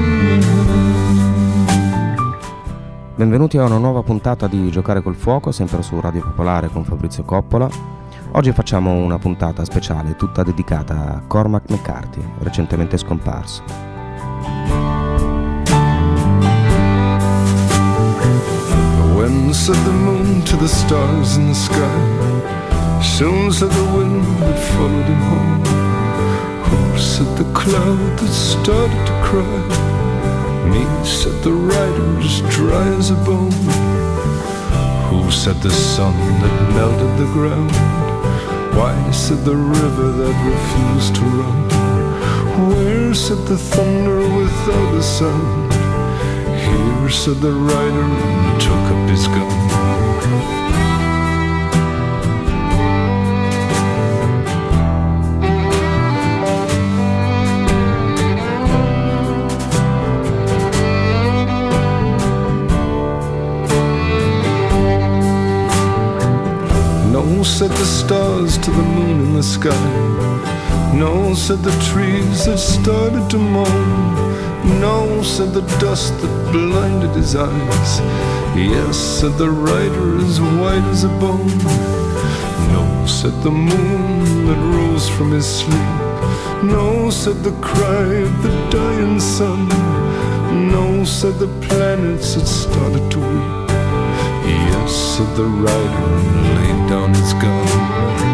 Benvenuti a una nuova puntata di Giocare col Fuoco, sempre su Radio Popolare con Fabrizio Coppola. Oggi facciamo una puntata speciale tutta dedicata a Cormac McCarthy, recentemente scomparso. When said the moon to the stars in the sky, soon said the wind that followed him home. Who said the cloud that started to cry? Me said the rider as dry as a bone. Who said the sun that melted the ground? Why said the river that refused to run? Where said the thunder without a sound? Here said the rider and took up his gun. No, said the stars to the moon in the sky. No, said the trees that started to moan. No, said the dust that blinded his eyes. Yes, said the rider as white as a bone. No, said the moon that rose from his sleep. No, said the cry of the dying sun. No, said the planets that started to weep. Yes, said the rider and laid down his gun.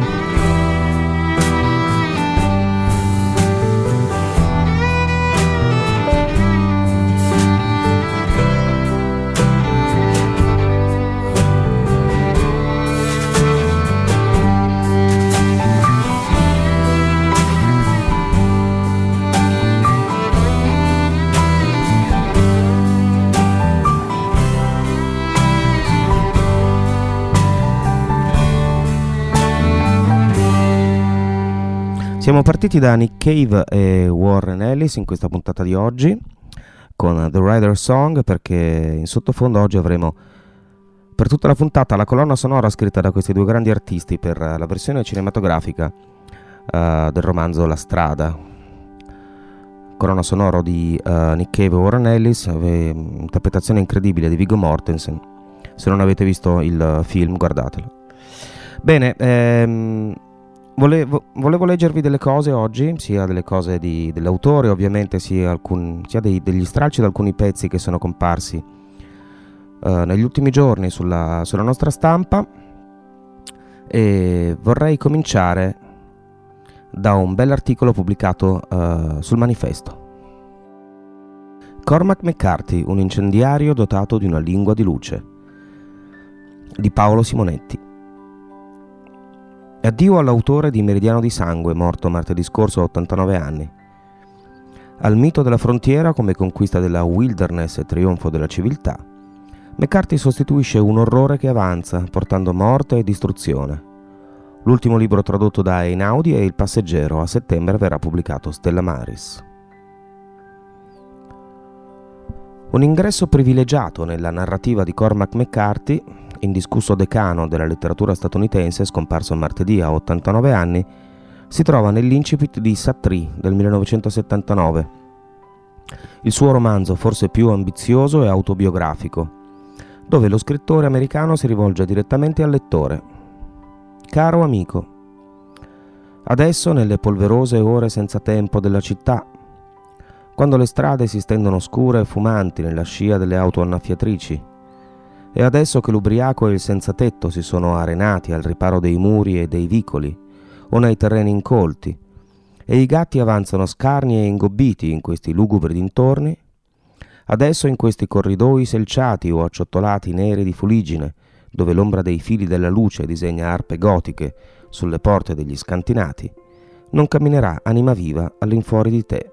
Siamo partiti da Nick Cave e Warren Ellis in questa puntata di oggi con The Rider Song, perché in sottofondo oggi avremo per tutta la puntata la colonna sonora scritta da questi due grandi artisti per la versione cinematografica del romanzo La Strada. Colonna sonora di Nick Cave e Warren Ellis, interpretazione incredibile di Viggo Mortensen. Se non avete visto il film, guardatelo. Bene, volevo leggervi delle cose oggi, sia delle cose dell'autore ovviamente, sia degli stralci da alcuni pezzi che sono comparsi negli ultimi giorni sulla nostra stampa, e vorrei cominciare da un bell'articolo pubblicato sul Manifesto. Cormac McCarthy, un incendiario dotato di una lingua di luce, di Paolo Simonetti. Addio all'autore di Meridiano di Sangue, morto martedì scorso a 89 anni. Al mito della frontiera come conquista della wilderness e trionfo della civiltà, McCarthy sostituisce un orrore che avanza, portando morte e distruzione. L'ultimo libro tradotto da Einaudi è Il passeggero, a settembre verrà pubblicato Stella Maris. Un ingresso privilegiato nella narrativa di Cormac McCarthy, indiscusso decano della letteratura statunitense, scomparso martedì a 89 anni, si trova nell'incipit di Sattree del 1979, il suo romanzo forse più ambizioso e autobiografico, dove lo scrittore americano si rivolge direttamente al lettore. Caro amico, adesso nelle polverose ore senza tempo della città, quando le strade si stendono scure e fumanti nella scia delle auto annaffiatrici, e adesso che l'ubriaco e il senzatetto si sono arenati al riparo dei muri e dei vicoli o nei terreni incolti, e i gatti avanzano scarni e ingobbiti in questi lugubri dintorni, adesso in questi corridoi selciati o acciottolati neri di fuliggine, dove l'ombra dei fili della luce disegna arpe gotiche sulle porte degli scantinati, non camminerà anima viva all'infuori di te.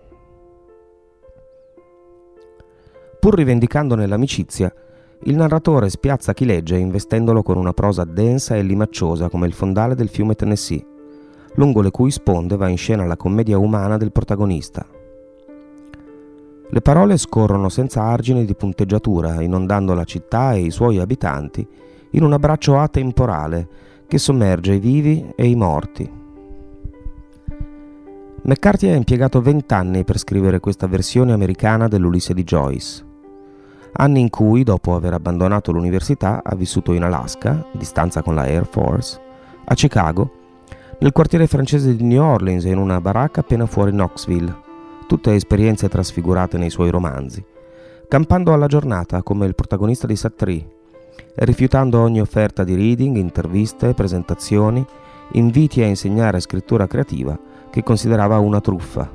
Pur rivendicandone l'amicizia, il narratore spiazza chi legge investendolo con una prosa densa e limacciosa come il fondale del fiume Tennessee, lungo le cui sponde va in scena la commedia umana del protagonista. Le parole scorrono senza argine di punteggiatura, inondando la città e i suoi abitanti in un abbraccio atemporale che sommerge i vivi e i morti. McCarthy ha impiegato 20 anni per scrivere questa versione americana dell'Ulisse di Joyce. Anni in cui, dopo aver abbandonato l'università, ha vissuto in Alaska, di stanza con la Air Force, a Chicago, nel quartiere francese di New Orleans e in una baracca appena fuori Knoxville, tutte esperienze trasfigurate nei suoi romanzi, campando alla giornata come il protagonista di Sattri, e rifiutando ogni offerta di reading, interviste, presentazioni, inviti a insegnare scrittura creativa che considerava una truffa.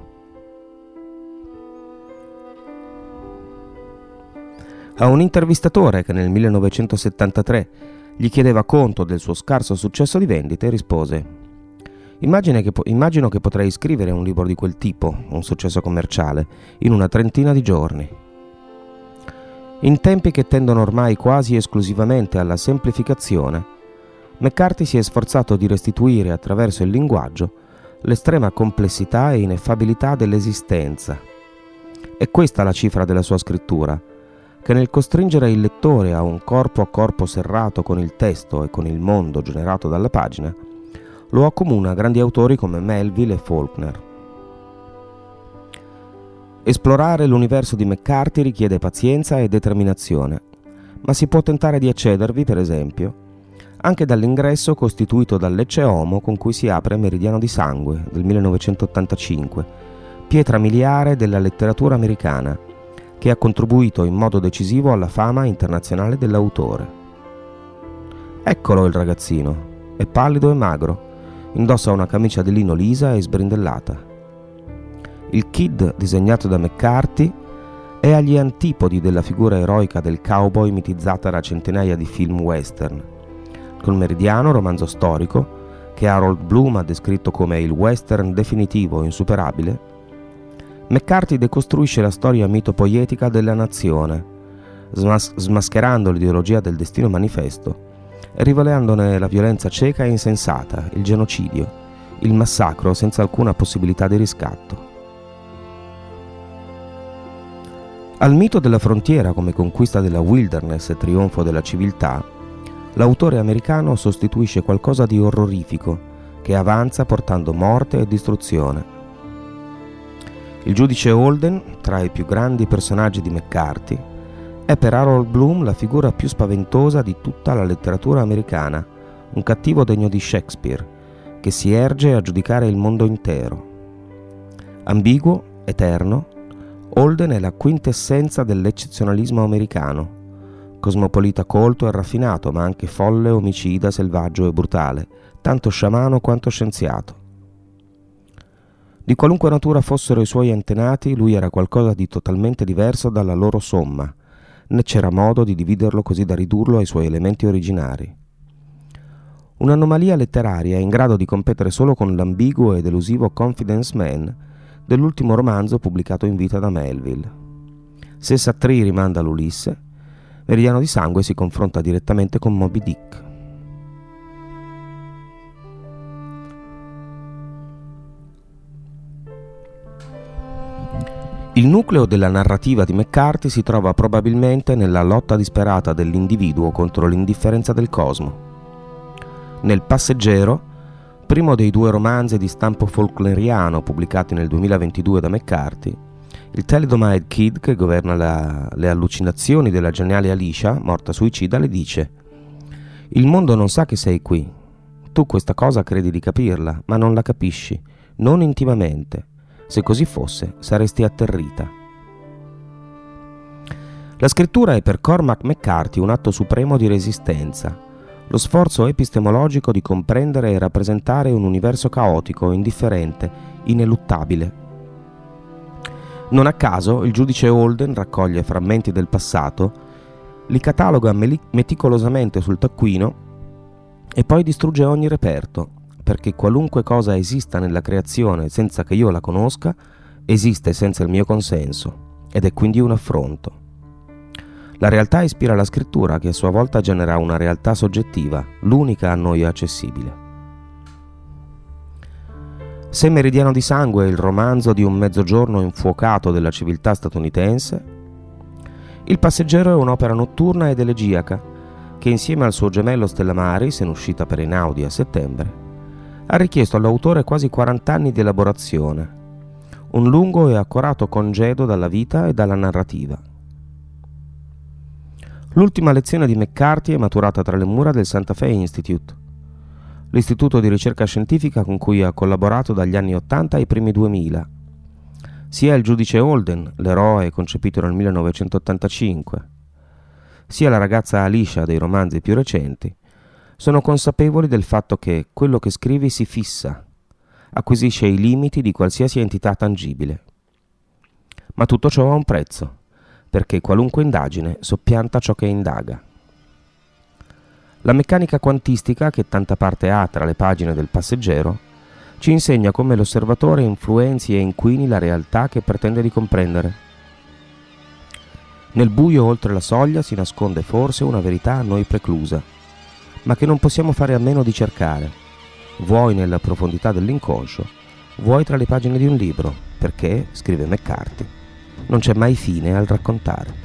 A un intervistatore che nel 1973 gli chiedeva conto del suo scarso successo di vendite, rispose: Immagino che potrei scrivere un libro di quel tipo, un successo commerciale, in una trentina di giorni. In tempi che tendono ormai quasi esclusivamente alla semplificazione, McCarthy si è sforzato di restituire attraverso il linguaggio l'estrema complessità e ineffabilità dell'esistenza. È questa la cifra della sua scrittura, che nel costringere il lettore a un corpo serrato con il testo e con il mondo generato dalla pagina, lo accomuna a grandi autori come Melville e Faulkner. Esplorare l'universo di McCarthy richiede pazienza e determinazione, ma si può tentare di accedervi, per esempio, anche dall'ingresso costituito dal Lecce Homo con cui si apre Meridiano di Sangue del 1985, pietra miliare della letteratura americana, che ha contribuito in modo decisivo alla fama internazionale dell'autore. Eccolo il ragazzino, è pallido e magro, indossa una camicia di lino lisa e sbrindellata. Il Kid disegnato da McCarthy è agli antipodi della figura eroica del cowboy mitizzata da centinaia di film western. Con Meridiano, romanzo storico, che Harold Bloom ha descritto come il western definitivo e insuperabile, McCarthy decostruisce la storia mitopoietica della nazione, smascherando l'ideologia del destino manifesto e rivelandone la violenza cieca e insensata, il genocidio, il massacro senza alcuna possibilità di riscatto. Al mito della frontiera come conquista della wilderness e trionfo della civiltà, l'autore americano sostituisce qualcosa di orrorifico che avanza portando morte e distruzione. Il giudice Holden, tra i più grandi personaggi di McCarthy, è per Harold Bloom la figura più spaventosa di tutta la letteratura americana, un cattivo degno di Shakespeare, che si erge a giudicare il mondo intero. Ambiguo, eterno, Holden è la quintessenza dell'eccezionalismo americano, cosmopolita colto e raffinato, ma anche folle, omicida, selvaggio e brutale, tanto sciamano quanto scienziato. Di qualunque natura fossero i suoi antenati, lui era qualcosa di totalmente diverso dalla loro somma, né c'era modo di dividerlo così da ridurlo ai suoi elementi originari. Un'anomalia letteraria in grado di competere solo con l'ambiguo e delusivo Confidence Man dell'ultimo romanzo pubblicato in vita da Melville. Se Sattri rimanda all'Ulisse, Meridiano di Sangue si confronta direttamente con Moby Dick. Il nucleo della narrativa di McCarthy si trova probabilmente nella lotta disperata dell'individuo contro l'indifferenza del cosmo. Nel Passeggero, primo dei due romanzi di stampo folkleriano pubblicati nel 2022 da McCarthy, il Thalidomide Kid, che governa le allucinazioni della geniale Alicia, morta suicida, le dice: «Il mondo non sa che sei qui. Tu questa cosa credi di capirla, ma non la capisci, non intimamente. Se così fosse, saresti atterrita». La scrittura è per Cormac McCarthy un atto supremo di resistenza, lo sforzo epistemologico di comprendere e rappresentare un universo caotico, indifferente, ineluttabile. Non a caso il giudice Holden raccoglie frammenti del passato, li cataloga meticolosamente sul taccuino e poi distrugge ogni reperto, perché qualunque cosa esista nella creazione senza che io la conosca, esiste senza il mio consenso, ed è quindi un affronto. La realtà ispira la scrittura, che a sua volta genera una realtà soggettiva, l'unica a noi accessibile. Se Meridiano di Sangue è il romanzo di un mezzogiorno infuocato della civiltà statunitense, Il Passeggero è un'opera notturna ed elegiaca che, insieme al suo gemello Stella Maris, in uscita per Einaudi a settembre, ha richiesto all'autore quasi 40 anni di elaborazione, un lungo e accorato congedo dalla vita e dalla narrativa. L'ultima lezione di McCarthy è maturata tra le mura del Santa Fe Institute, l'istituto di ricerca scientifica con cui ha collaborato dagli anni 80 ai primi 2000. Sia il giudice Holden, l'eroe concepito nel 1985, sia la ragazza Alicia dei romanzi più recenti, sono consapevoli del fatto che quello che scrivi si fissa, acquisisce i limiti di qualsiasi entità tangibile. Ma tutto ciò ha un prezzo, perché qualunque indagine soppianta ciò che indaga. La meccanica quantistica, che tanta parte ha tra le pagine del Passeggero, ci insegna come l'osservatore influenzi e inquini la realtà che pretende di comprendere. Nel buio oltre la soglia si nasconde forse una verità a noi preclusa, ma che non possiamo fare a meno di cercare, vuoi nella profondità dell'inconscio, vuoi tra le pagine di un libro, perché, scrive McCarthy, non c'è mai fine al raccontare.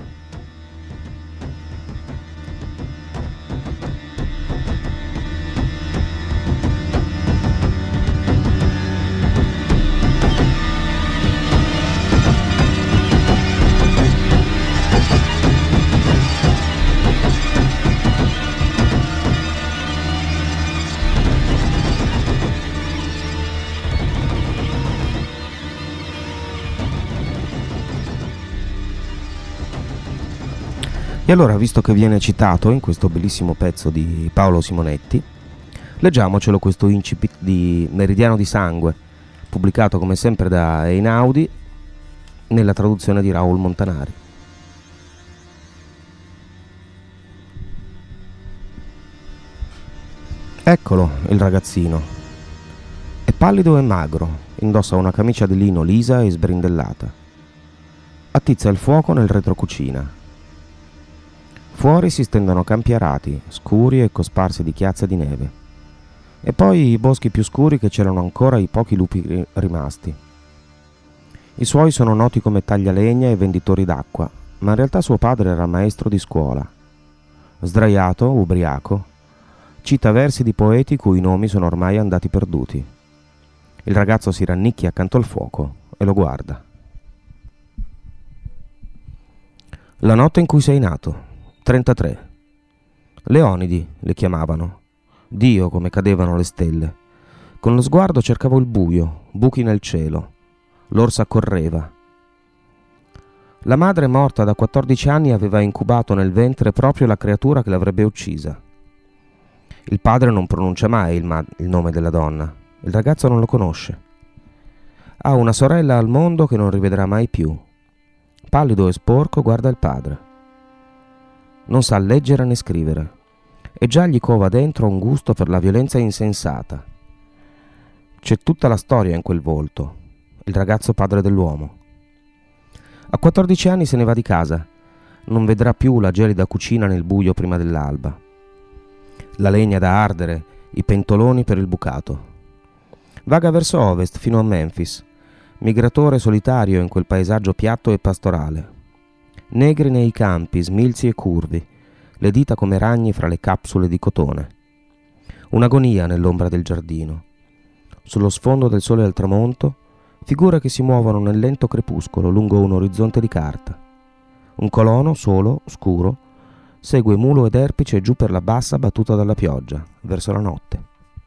E allora, visto che viene citato in questo bellissimo pezzo di Paolo Simonetti, leggiamocelo questo incipit di Meridiano di Sangue, pubblicato come sempre da Einaudi nella traduzione di Raul Montanari. Eccolo, il ragazzino. È pallido e magro, indossa una camicia di lino lisa e sbrindellata. Attizza il fuoco nel retrocucina. Fuori si stendono campi arati, scuri e cosparsi di chiazze di neve. E poi i boschi più scuri che c'erano ancora i pochi lupi rimasti. I suoi sono noti come taglialegna e venditori d'acqua, ma in realtà suo padre era maestro di scuola. Sdraiato, ubriaco, cita versi di poeti cui nomi sono ormai andati perduti. Il ragazzo si rannicchia accanto al fuoco e lo guarda. La notte in cui sei nato. 33. Leonidi le chiamavano. Dio come cadevano le stelle. Con lo sguardo cercavo il buio, buchi nel cielo. L'orsa correva. La madre morta da 14 anni aveva incubato nel ventre proprio la creatura che l'avrebbe uccisa. Il padre non pronuncia mai il nome della donna. Il ragazzo non lo conosce. Ha una sorella al mondo che non rivedrà mai più. Pallido e sporco guarda il padre. Non sa leggere né scrivere, e già gli cova dentro un gusto per la violenza insensata. C'è tutta la storia in quel volto, il ragazzo padre dell'uomo. A 14 anni se ne va di casa, non vedrà più la gelida cucina nel buio prima dell'alba, la legna da ardere, i pentoloni per il bucato. Vaga verso ovest fino a Memphis, migratore solitario in quel paesaggio piatto e pastorale. Negri nei campi, smilzi e curvi, le dita come ragni fra le capsule di cotone. Un'agonia nell'ombra del giardino. Sullo sfondo del sole al tramonto, figure che si muovono nel lento crepuscolo lungo un orizzonte di carta. Un colono solo, scuro, segue mulo ed erpice giù per la bassa battuta dalla pioggia, verso la notte.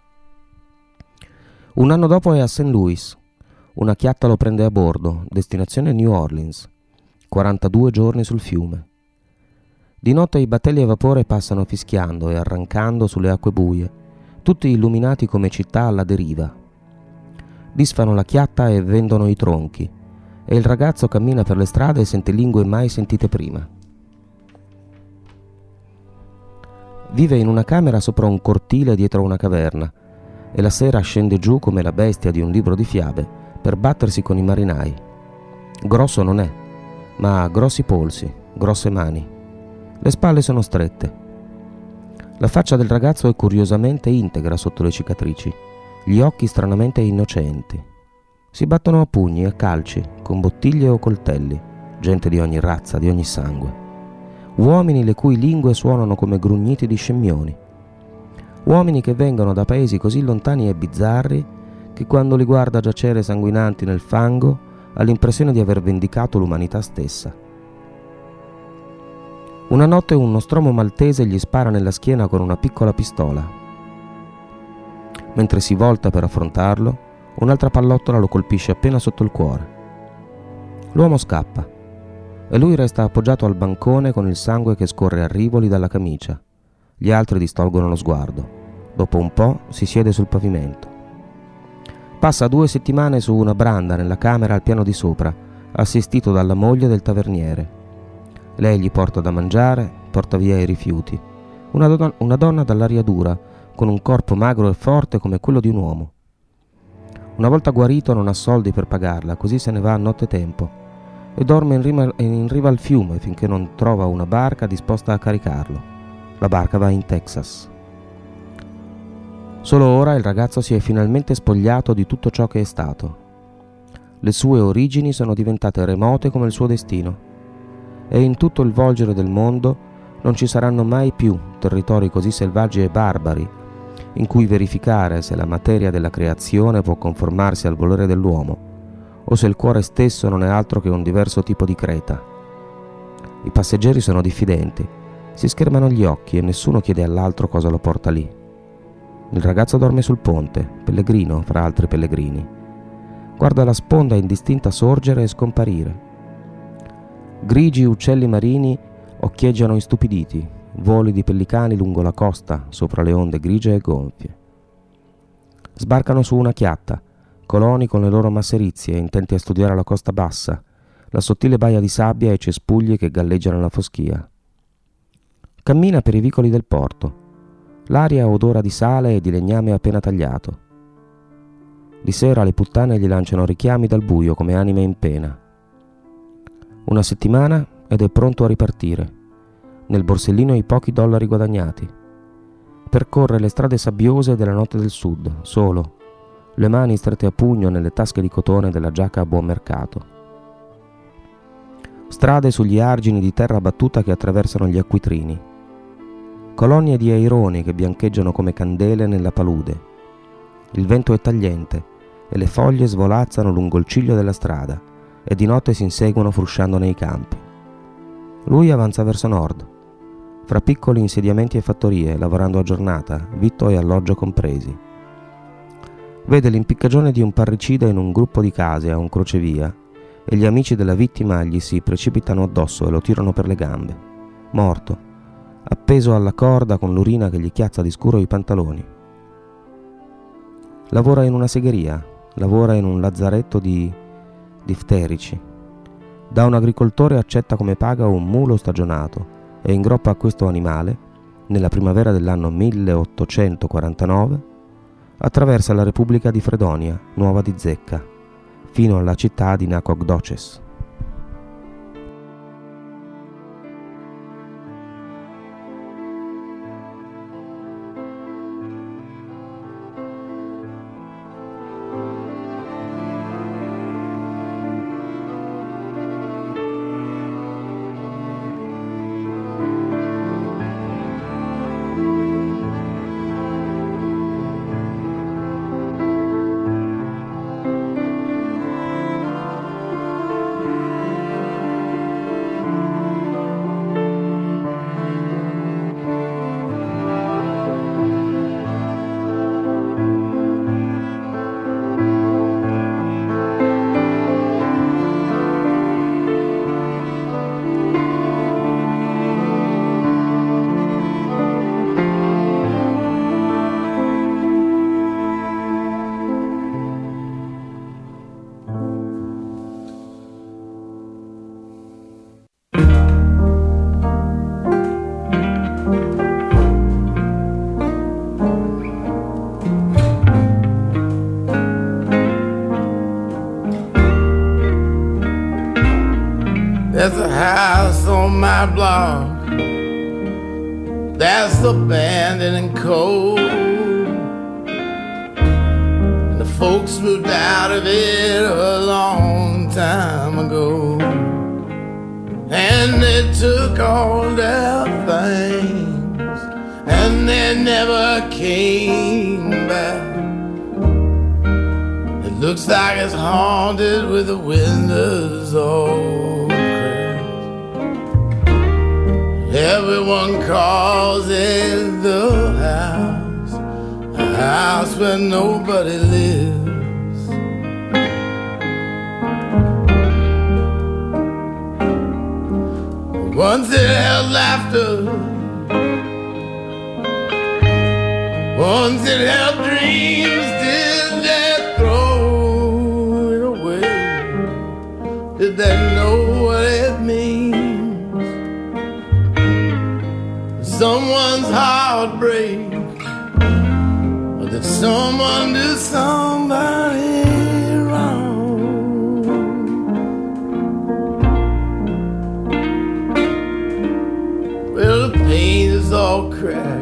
Un anno dopo è a St. Louis. Una chiatta lo prende a bordo, destinazione New Orleans. 42 giorni sul fiume. Di notte i battelli a vapore passano fischiando e arrancando sulle acque buie, tutti illuminati come città alla deriva. Disfano la chiatta e vendono i tronchi, e il ragazzo cammina per le strade e sente lingue mai sentite prima. Vive in una camera sopra un cortile dietro una caverna, e la sera scende giù come la bestia di un libro di fiabe per battersi con i marinai. Grosso non è, ma ha grossi polsi, grosse mani. Le spalle sono strette. La faccia del ragazzo è curiosamente integra sotto le cicatrici, gli occhi stranamente innocenti. Si battono a pugni, a calci, con bottiglie o coltelli, gente di ogni razza, di ogni sangue. Uomini le cui lingue suonano come grugniti di scimmioni. Uomini che vengono da paesi così lontani e bizzarri che quando li guarda giacere sanguinanti nel fango ha l'impressione di aver vendicato l'umanità stessa. Una notte un nostromo maltese gli spara nella schiena con una piccola pistola. Mentre si volta per affrontarlo, un'altra pallottola lo colpisce appena sotto il cuore. L'uomo scappa e lui resta appoggiato al bancone con il sangue che scorre a rivoli dalla camicia. Gli altri distolgono lo sguardo. Dopo un po' si siede sul pavimento. Passa 2 settimane su una branda nella camera al piano di sopra, assistito dalla moglie del taverniere. Lei gli porta da mangiare, porta via i rifiuti. Una donna dall'aria dura, con un corpo magro e forte come quello di un uomo. Una volta guarito non ha soldi per pagarla, così se ne va a nottetempo e dorme in riva al fiume finché non trova una barca disposta a caricarlo. La barca va in Texas. Solo ora il ragazzo si è finalmente spogliato di tutto ciò che è stato. Le sue origini sono diventate remote come il suo destino e in tutto il volgere del mondo non ci saranno mai più territori così selvaggi e barbari in cui verificare se la materia della creazione può conformarsi al volere dell'uomo o se il cuore stesso non è altro che un diverso tipo di creta. I passeggeri sono diffidenti, si schermano gli occhi e nessuno chiede all'altro cosa lo porta lì. Il ragazzo dorme sul ponte, pellegrino fra altri pellegrini. Guarda la sponda indistinta sorgere e scomparire. Grigi uccelli marini occhieggiano istupiditi, voli di pellicani lungo la costa, sopra le onde grigie e gonfie. Sbarcano su una chiatta, coloni con le loro masserizie, intenti a studiare la costa bassa, la sottile baia di sabbia e i cespugli che galleggiano nella foschia. Cammina per i vicoli del porto. L'aria odora di sale e di legname appena tagliato. Di sera le puttane gli lanciano richiami dal buio come anime in pena. Una settimana ed è pronto a ripartire. Nel borsellino i pochi dollari guadagnati. Percorre le strade sabbiose della notte del sud, solo, le mani strette a pugno nelle tasche di cotone della giacca a buon mercato. Strade sugli argini di terra battuta che attraversano gli acquitrini. Colonie di aironi che biancheggiano come candele nella palude. Il vento è tagliente e le foglie svolazzano lungo il ciglio della strada e di notte si inseguono frusciando nei campi. Lui avanza verso nord, fra piccoli insediamenti e fattorie, lavorando a giornata, vitto e alloggio compresi. Vede l'impiccagione di un parricida in un gruppo di case a un crocevia e gli amici della vittima gli si precipitano addosso e lo tirano per le gambe. Morto, appeso alla corda con l'urina che gli chiazza di scuro i pantaloni. Lavora in una segheria, lavora in un lazzaretto di difterici. Da un agricoltore accetta come paga un mulo stagionato e ingroppa a questo animale, nella primavera dell'anno 1849, attraversa la Repubblica di Fredonia, Nuova di Zecca, fino alla città di Nacogdoches. There's a house on my block that's abandoned and cold, and the folks moved out of it a long time ago, and they took all their things and they never came back. It Looks like it's haunted with the windows all cracked. Everyone calls it the house, a house where nobody lives. Once it held laughter, once it held dreams. Did they throw it away? Did they know what it means? Someone's heartbreak, or did someone do somebody wrong? Well, the paint is all cracked.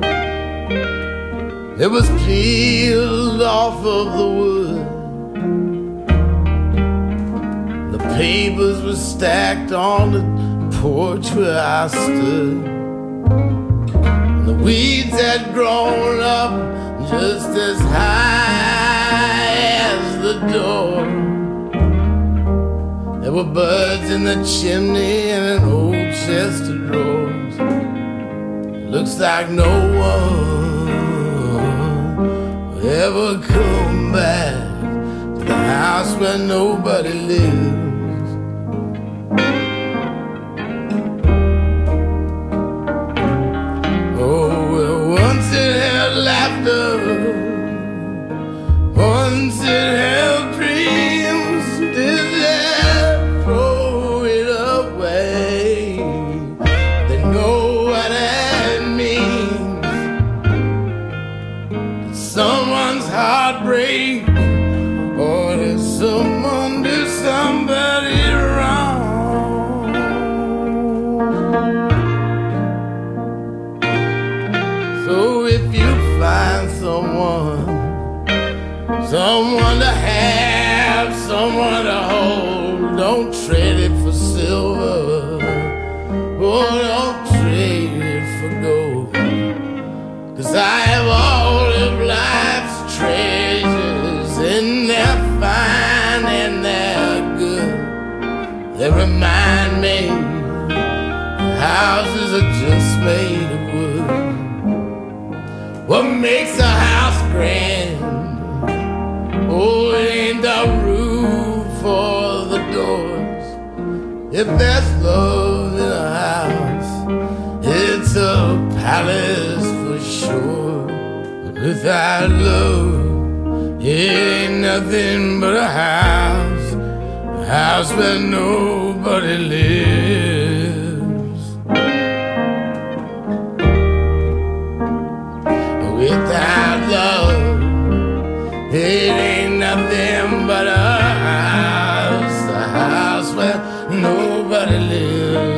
It was peeled off of the wood. The papers were stacked on the porch where I stood. And the weeds had grown up just as high as the door. There were birds in the chimney and an old chest of drawers. It looks like no one ever come back to the house where nobody lives. Oh, well, once it held laughter, once it held dreams. Did they throw it away? They know what that means. Someone's heartbreak, or did someone do somebody wrong? So if you find someone to have, someone to hold, don't trade it for silver, oh, don't trade it for gold. 'Cause I have all of life's treasures, and they're fine and they're good. They remind me houses are just made of wood. What makes a house grand? Oh, it ain't the roof or the doors. If there's love in a house, it's a palace for sure. But without love, it ain't nothing but a house where nobody lives. Without love, it ain't nothing but a house where nobody lives.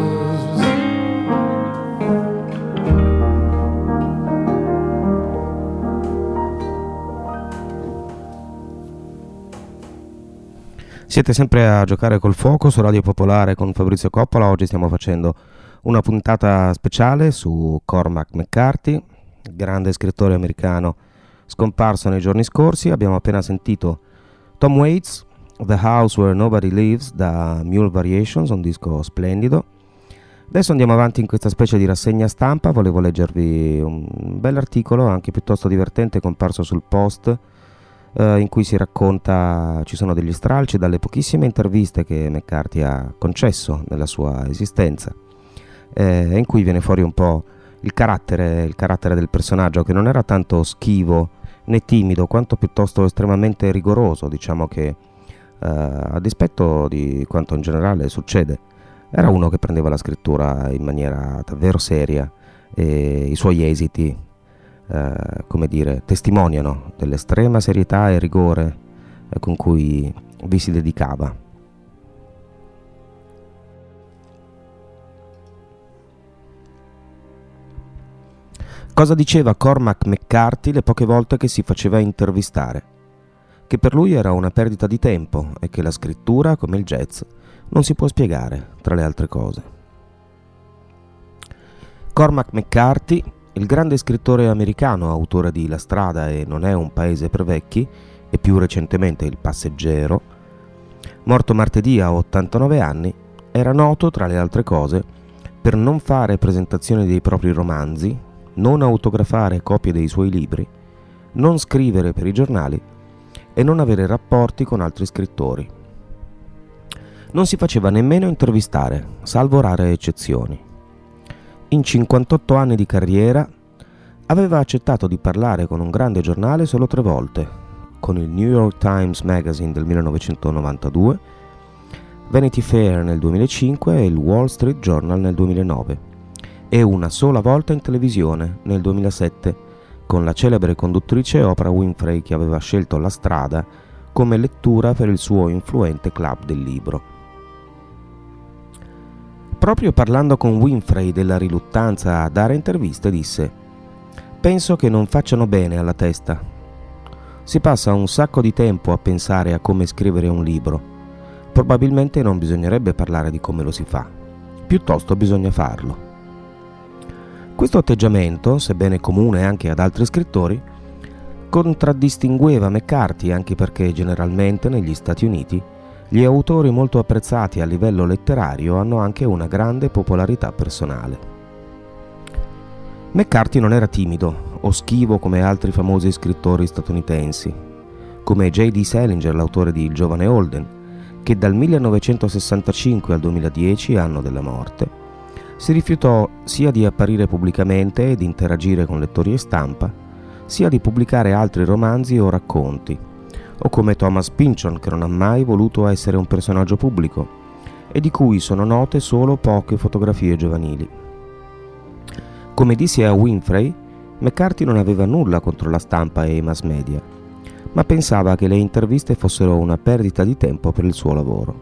Siete sempre a Giocare col Fuoco su Radio Popolare con Fabrizio Coppola. Oggi stiamo facendo una puntata speciale su Cormac McCarthy, grande scrittore americano scomparso nei giorni scorsi. Abbiamo appena sentito Tom Waits, The House Where Nobody Lives, da Mule Variations, un disco splendido. Adesso andiamo avanti in questa specie di rassegna stampa. Volevo leggervi un bell'articolo, anche piuttosto divertente, comparso sul Post, in cui si racconta, ci sono degli stralci dalle pochissime interviste che McCarthy ha concesso nella sua esistenza, in cui viene fuori un po' il carattere del personaggio, che non era tanto schivo né timido, quanto piuttosto estremamente rigoroso. Diciamo che a dispetto di quanto in generale succede, era uno che prendeva la scrittura in maniera davvero seria, e i suoi esiti come dire, testimoniano dell'estrema serietà e rigore con cui vi si dedicava. Cosa diceva Cormac McCarthy le poche volte che si faceva intervistare? Che per lui era una perdita di tempo e che la scrittura, come il jazz, non si può spiegare, tra le altre cose. Cormac McCarthy, il grande scrittore americano, autore di La strada e Non è un paese per vecchi, e più recentemente Il passeggero, morto martedì a 89 anni, era noto, tra le altre cose, per non fare presentazioni dei propri romanzi, non autografare copie dei suoi libri, non scrivere per i giornali e non avere rapporti con altri scrittori. Non si faceva nemmeno intervistare, salvo rare eccezioni. In 58 anni di carriera aveva accettato di parlare con un grande giornale solo 3 volte, con il New York Times Magazine del 1992, Vanity Fair nel 2005 e il Wall Street Journal nel 2009, e una sola volta in televisione nel 2007, con la celebre conduttrice Oprah Winfrey, che aveva scelto la strada come lettura per il suo influente club del libro. Proprio parlando con Winfrey della riluttanza a dare interviste, disse: «Penso che non facciano bene alla testa. Si passa un sacco di tempo a pensare a come scrivere un libro. Probabilmente non bisognerebbe parlare di come lo si fa, piuttosto bisogna farlo». Questo atteggiamento, sebbene comune anche ad altri scrittori, contraddistingueva McCarthy, anche perché generalmente negli Stati Uniti gli autori molto apprezzati a livello letterario hanno anche una grande popolarità personale. McCarthy non era timido o schivo come altri famosi scrittori statunitensi, come J.D. Salinger, l'autore di Il giovane Holden, che dal 1965 al 2010, anno della morte, si rifiutò sia di apparire pubblicamente e di interagire con lettori e stampa, sia di pubblicare altri romanzi o racconti, o come Thomas Pynchon, che non ha mai voluto essere un personaggio pubblico e di cui sono note solo poche fotografie giovanili. Come disse a Winfrey, McCarthy non aveva nulla contro la stampa e i mass media, ma pensava che le interviste fossero una perdita di tempo per il suo lavoro.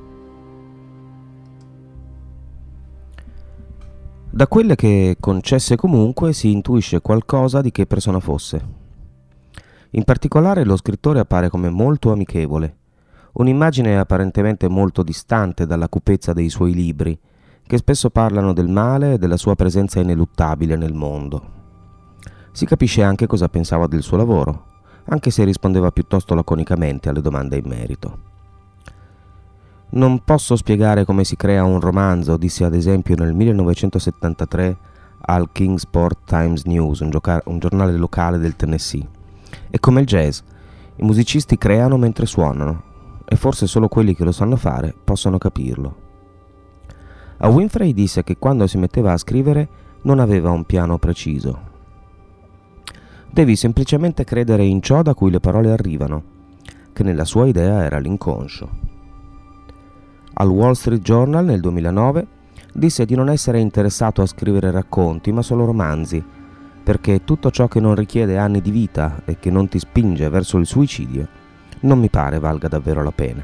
Da quelle che concesse comunque si intuisce qualcosa di che persona fosse. In particolare lo scrittore appare come molto amichevole, un'immagine apparentemente molto distante dalla cupezza dei suoi libri, che spesso parlano del male e della sua presenza ineluttabile nel mondo. Si capisce anche cosa pensava del suo lavoro, anche se rispondeva piuttosto laconicamente alle domande in merito. «Non posso spiegare come si crea un romanzo», disse ad esempio nel 1973 al Kingsport Times News, un giornale locale del Tennessee. «È come il jazz, i musicisti creano mentre suonano, e forse solo quelli che lo sanno fare possono capirlo». A Winfrey disse che quando si metteva a scrivere non aveva un piano preciso. «Devi semplicemente credere in ciò da cui le parole arrivano», che nella sua idea era l'inconscio. Al Wall Street Journal nel 2009 disse di non essere interessato a scrivere racconti ma solo romanzi, perché tutto ciò che non richiede anni di vita e che non ti spinge verso il suicidio non mi pare valga davvero la pena.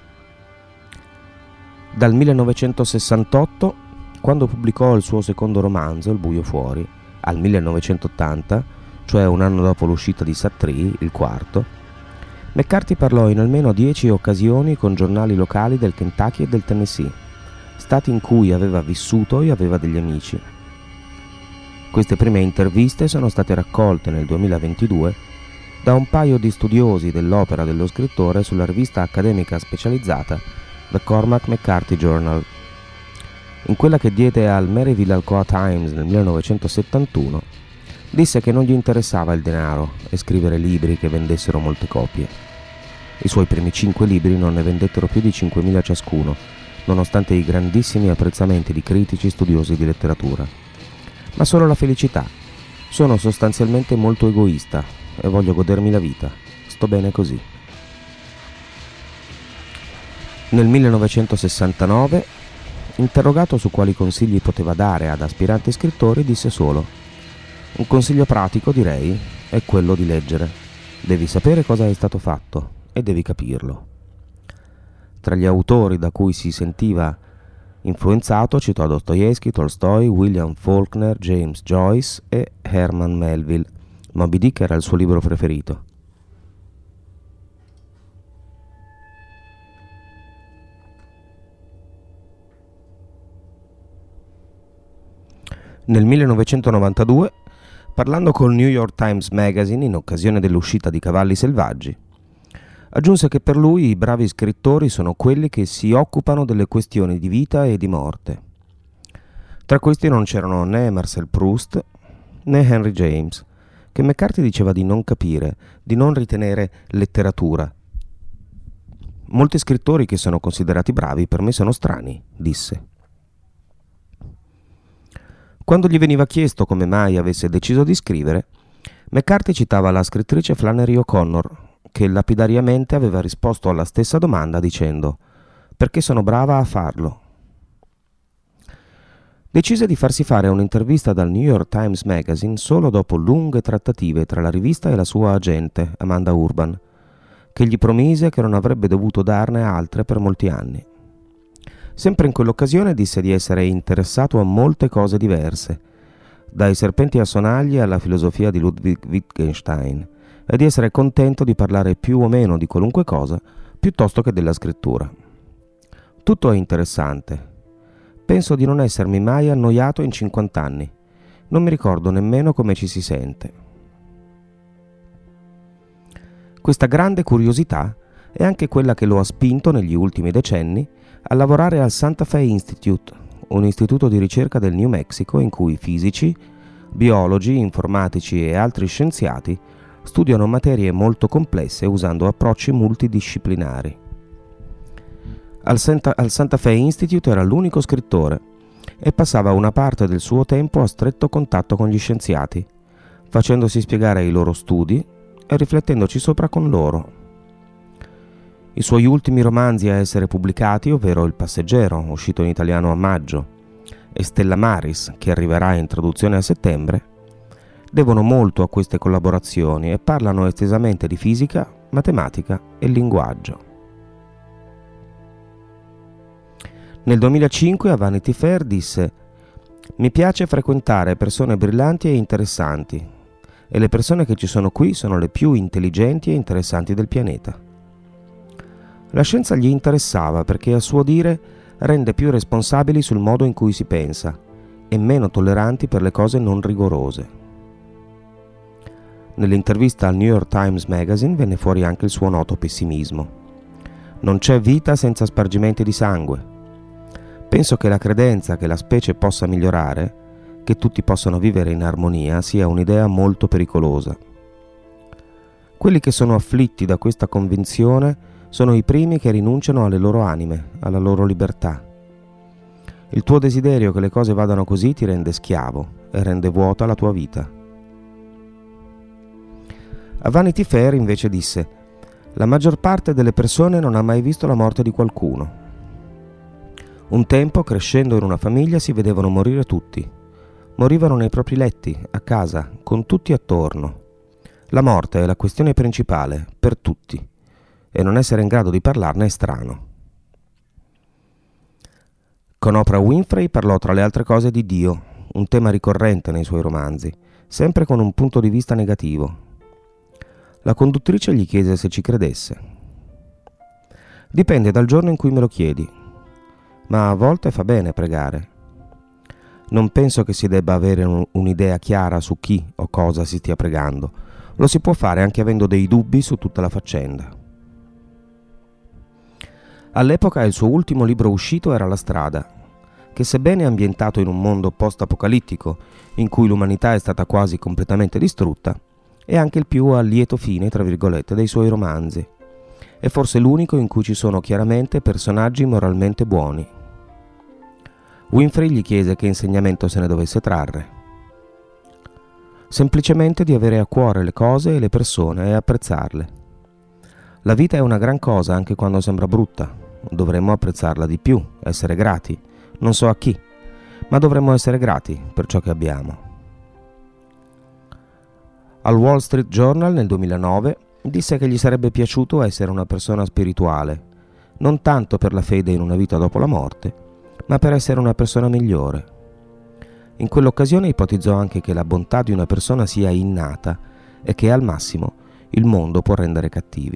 Dal 1968, quando pubblicò il suo secondo romanzo, Il buio fuori, al 1980, cioè un anno dopo l'uscita di Satree, il quarto, McCarthy parlò in almeno 10 occasioni con giornali locali del Kentucky e del Tennessee, stati in cui aveva vissuto e aveva degli amici. Queste prime interviste sono state raccolte nel 2022 da un paio di studiosi dell'opera dello scrittore sulla rivista accademica specializzata The Cormac McCarthy Journal. In quella che diede al Maryville Alcoa Times nel 1971, disse che non gli interessava il denaro e scrivere libri che vendessero molte copie. I suoi primi 5 libri non ne vendettero più di 5.000 ciascuno, nonostante i grandissimi apprezzamenti di critici studiosi di letteratura. Ma solo la felicità. Sono sostanzialmente molto egoista e voglio godermi la vita. Sto bene così. Nel 1969, interrogato su quali consigli poteva dare ad aspiranti scrittori, disse solo: «Un consiglio pratico, direi, è quello di leggere. Devi sapere cosa è stato fatto e devi capirlo». Tra gli autori da cui si sentiva influenzato citò Dostoevsky, Tolstoi, William Faulkner, James Joyce e Herman Melville. Moby Dick era il suo libro preferito. Nel 1992, parlando col New York Times Magazine in occasione dell'uscita di Cavalli selvaggi, Aggiunse che per lui i bravi scrittori sono quelli che si occupano delle questioni di vita e di morte. Tra questi non c'erano né Marcel Proust né Henry James, che McCarthy diceva di non capire, di non ritenere letteratura. Molti scrittori che sono considerati bravi per me sono strani, disse. Quando gli veniva chiesto come mai avesse deciso di scrivere, McCarthy citava la scrittrice Flannery O'Connor, che lapidariamente aveva risposto alla stessa domanda dicendo «Perché sono brava a farlo». Decise di farsi fare un'intervista dal New York Times Magazine solo dopo lunghe trattative tra la rivista e la sua agente, Amanda Urban, che gli promise che non avrebbe dovuto darne altre per molti anni. Sempre in quell'occasione disse di essere interessato a molte cose diverse, dai serpenti a sonagli alla filosofia di Ludwig Wittgenstein, e di essere contento di parlare più o meno di qualunque cosa, piuttosto che della scrittura. Tutto è interessante. Penso di non essermi mai annoiato in 50 anni. Non mi ricordo nemmeno come ci si sente. Questa grande curiosità è anche quella che lo ha spinto negli ultimi decenni a lavorare al Santa Fe Institute, un istituto di ricerca del New Mexico in cui fisici, biologi, informatici e altri scienziati studiano materie molto complesse usando approcci multidisciplinari. Al Santa Fe Institute era l'unico scrittore e passava una parte del suo tempo a stretto contatto con gli scienziati, facendosi spiegare i loro studi e riflettendoci sopra con loro. I suoi ultimi romanzi a essere pubblicati, ovvero Il passeggero, uscito in italiano a maggio, e Stella Maris, che arriverà in traduzione a settembre, devono molto a queste collaborazioni e parlano estesamente di fisica, matematica e linguaggio. Nel 2005 a Vanity Fair disse: «Mi piace frequentare persone brillanti e interessanti, e le persone che ci sono qui sono le più intelligenti e interessanti del pianeta». La scienza gli interessava perché, a suo dire, rende più responsabili sul modo in cui si pensa e meno tolleranti per le cose non rigorose. Nell'intervista al New York Times Magazine venne fuori anche il suo noto pessimismo. «Non c'è vita senza spargimenti di sangue. Penso che la credenza che la specie possa migliorare, che tutti possano vivere in armonia, sia un'idea molto pericolosa. Quelli che sono afflitti da questa convinzione sono i primi che rinunciano alle loro anime, alla loro libertà. Il tuo desiderio che le cose vadano così ti rende schiavo e rende vuota la tua vita». A Vanity Fair invece disse: «La maggior parte delle persone non ha mai visto la morte di qualcuno. Un tempo, crescendo in una famiglia, si vedevano morire tutti. Morivano nei propri letti, a casa, con tutti attorno. La morte è la questione principale, per tutti, e non essere in grado di parlarne è strano». Con Oprah Winfrey parlò tra le altre cose di Dio, un tema ricorrente nei suoi romanzi, sempre con un punto di vista negativo. La conduttrice gli chiese se ci credesse. «Dipende dal giorno in cui me lo chiedi, ma a volte fa bene pregare. Non penso che si debba avere un'idea chiara su chi o cosa si stia pregando. Lo si può fare anche avendo dei dubbi su tutta la faccenda». All'epoca il suo ultimo libro uscito era La strada, che sebbene ambientato in un mondo post-apocalittico in cui l'umanità è stata quasi completamente distrutta, è anche il più a lieto fine, tra virgolette, dei suoi romanzi. È forse l'unico in cui ci sono chiaramente personaggi moralmente buoni. Winfrey gli chiese che insegnamento se ne dovesse trarre. Semplicemente di avere a cuore le cose e le persone e apprezzarle. La vita è una gran cosa anche quando sembra brutta. Dovremmo apprezzarla di più, essere grati, non so a chi, ma dovremmo essere grati per ciò che abbiamo. Al Wall Street Journal nel 2009 disse che gli sarebbe piaciuto essere una persona spirituale, non tanto per la fede in una vita dopo la morte, ma per essere una persona migliore. In quell'occasione ipotizzò anche che la bontà di una persona sia innata e che al massimo il mondo può rendere cattivi.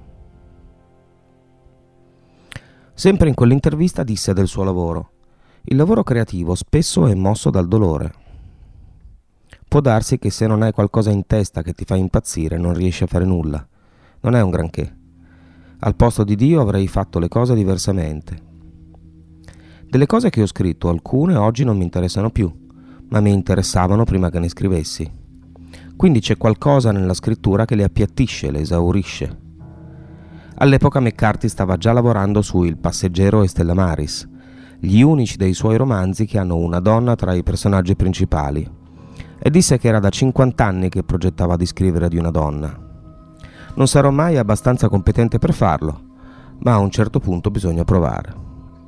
Sempre in quell'intervista disse del suo lavoro: «Il lavoro creativo spesso è mosso dal dolore. Può darsi che se non hai qualcosa in testa che ti fa impazzire non riesci a fare nulla. Non è un granché. Al posto di Dio avrei fatto le cose diversamente. Delle cose che ho scritto, alcune oggi non mi interessano più, ma mi interessavano prima che ne scrivessi. Quindi c'è qualcosa nella scrittura che le appiattisce, le esaurisce. All'epoca McCarthy stava già lavorando su Il passeggero e Stella Maris, gli unici dei suoi romanzi che hanno una donna tra i personaggi principali, e disse che era da 50 anni che progettava di scrivere di una donna. Non sarò mai abbastanza competente per farlo, ma a un certo punto bisogna provare.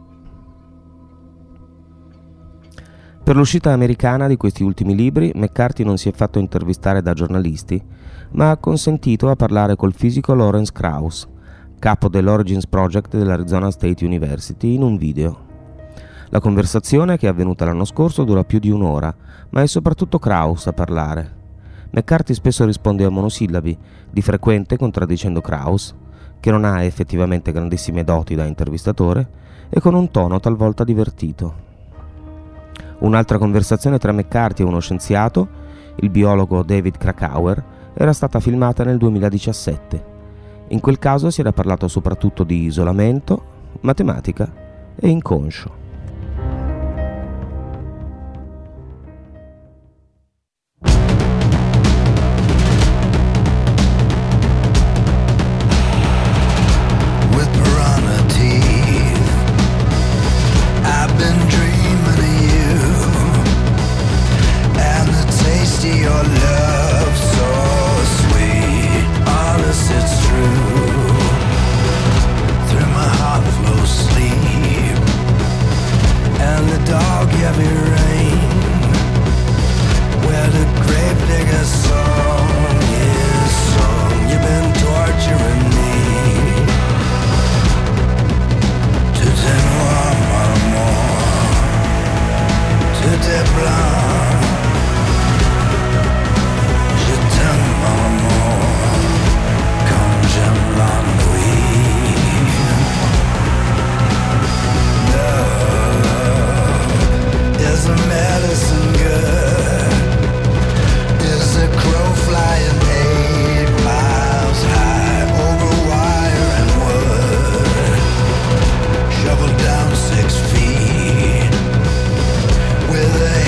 Per l'uscita americana di questi ultimi libri, McCarthy non si è fatto intervistare da giornalisti, ma ha consentito a parlare col fisico Lawrence Krauss, capo dell'Origins Project dell'Arizona State University, in un video. La conversazione, che è avvenuta l'anno scorso, dura più di un'ora, ma è soprattutto Krauss a parlare. McCarthy spesso risponde a monosillabi, di frequente contraddicendo Krauss, che non ha effettivamente grandissime doti da intervistatore, e con un tono talvolta divertito. Un'altra conversazione tra McCarthy e uno scienziato, il biologo David Krakauer, era stata filmata nel 2017. In quel caso si era parlato soprattutto di isolamento, matematica e inconscio. With a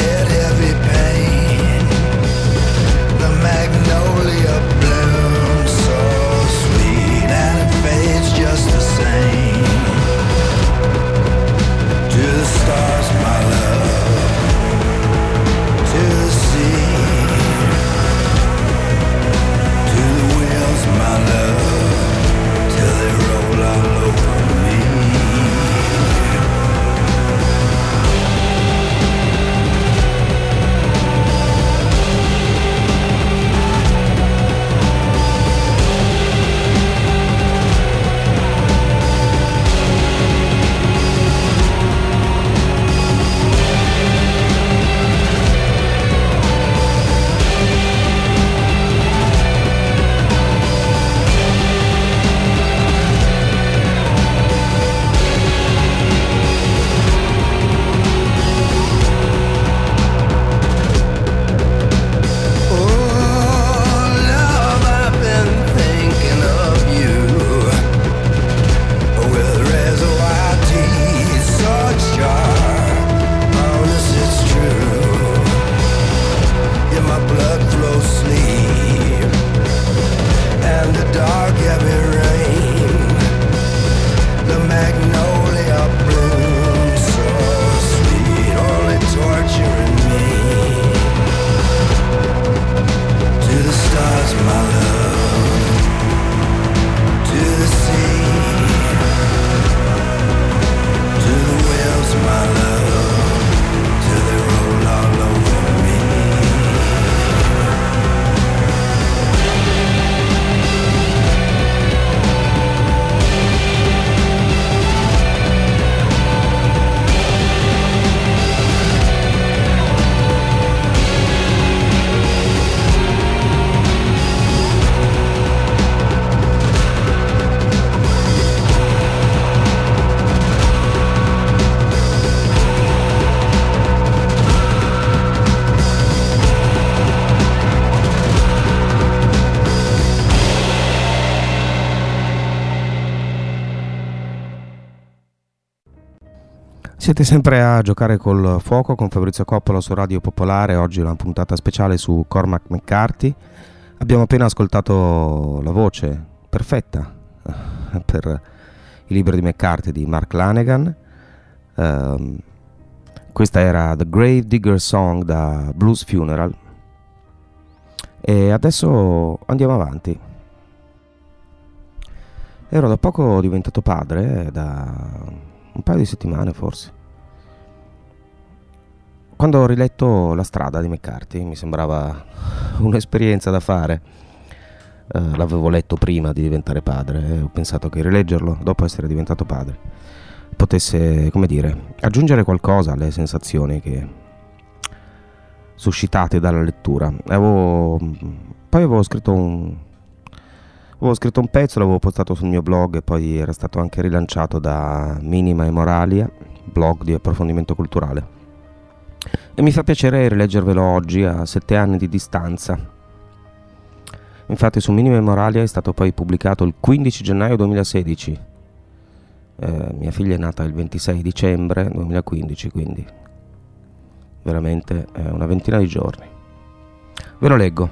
Siete sempre a Giocare col fuoco con Fabrizio Coppola su Radio Popolare. Oggi è una puntata speciale su Cormac McCarthy. Abbiamo appena ascoltato la voce perfetta per i libri di McCarthy di Mark Lanegan. Questa era The Grave Digger Song da Blues Funeral. E adesso andiamo avanti. Ero da poco diventato padre, da un paio di settimane forse. Quando ho riletto La strada di McCarthy mi sembrava un'esperienza da fare. L'avevo letto prima di diventare padre e ho pensato che rileggerlo dopo essere diventato padre potesse, come dire, aggiungere qualcosa alle sensazioni che suscitate dalla lettura. Poi avevo scritto un pezzo, l'avevo postato sul mio blog e poi era stato anche rilanciato da Minima e Moralia, blog di approfondimento culturale. E mi fa piacere rileggervelo oggi a 7 anni di distanza. Infatti su Minima e Moralia è stato poi pubblicato il 15 gennaio 2016. Mia figlia è nata il 26 dicembre 2015, quindi veramente una ventina di giorni. Ve lo leggo.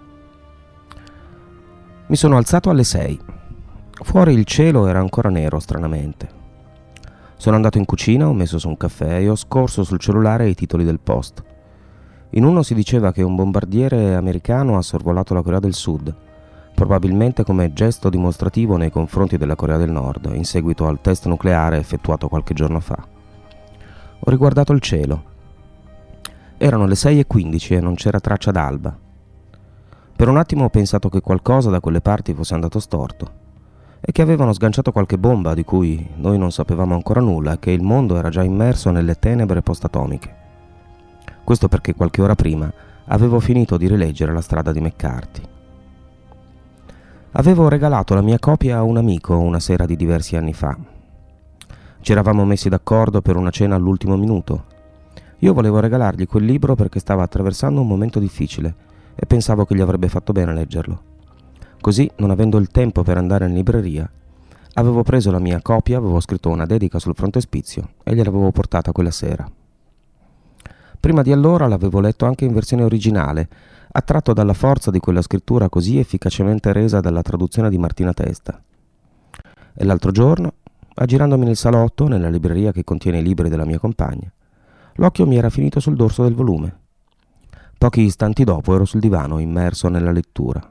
Mi sono alzato alle 6. Fuori il cielo era ancora nero, stranamente. Sono andato in cucina, ho messo su un caffè e ho scorso sul cellulare i titoli del Post. In uno si diceva che un bombardiere americano ha sorvolato la Corea del Sud, probabilmente come gesto dimostrativo nei confronti della Corea del Nord, in seguito al test nucleare effettuato qualche giorno fa. Ho riguardato il cielo. Erano le 6:15 e non c'era traccia d'alba. Per un attimo ho pensato che qualcosa da quelle parti fosse andato storto e che avevano sganciato qualche bomba di cui noi non sapevamo ancora nulla e che il mondo era già immerso nelle tenebre post-atomiche. Questo perché qualche ora prima avevo finito di rileggere La strada di McCarthy. Avevo regalato la mia copia a un amico una sera di diversi anni fa. Ci eravamo messi d'accordo per una cena all'ultimo minuto. Io volevo regalargli quel libro perché stava attraversando un momento difficile e pensavo che gli avrebbe fatto bene leggerlo. Così, non avendo il tempo per andare in libreria, avevo preso la mia copia, avevo scritto una dedica sul frontespizio e gliel'avevo portata quella sera. Prima di allora l'avevo letto anche in versione originale, attratto dalla forza di quella scrittura così efficacemente resa dalla traduzione di Martina Testa. E l'altro giorno, aggirandomi nel salotto, nella libreria che contiene i libri della mia compagna, l'occhio mi era finito sul dorso del volume. Pochi istanti dopo ero sul divano, immerso nella lettura.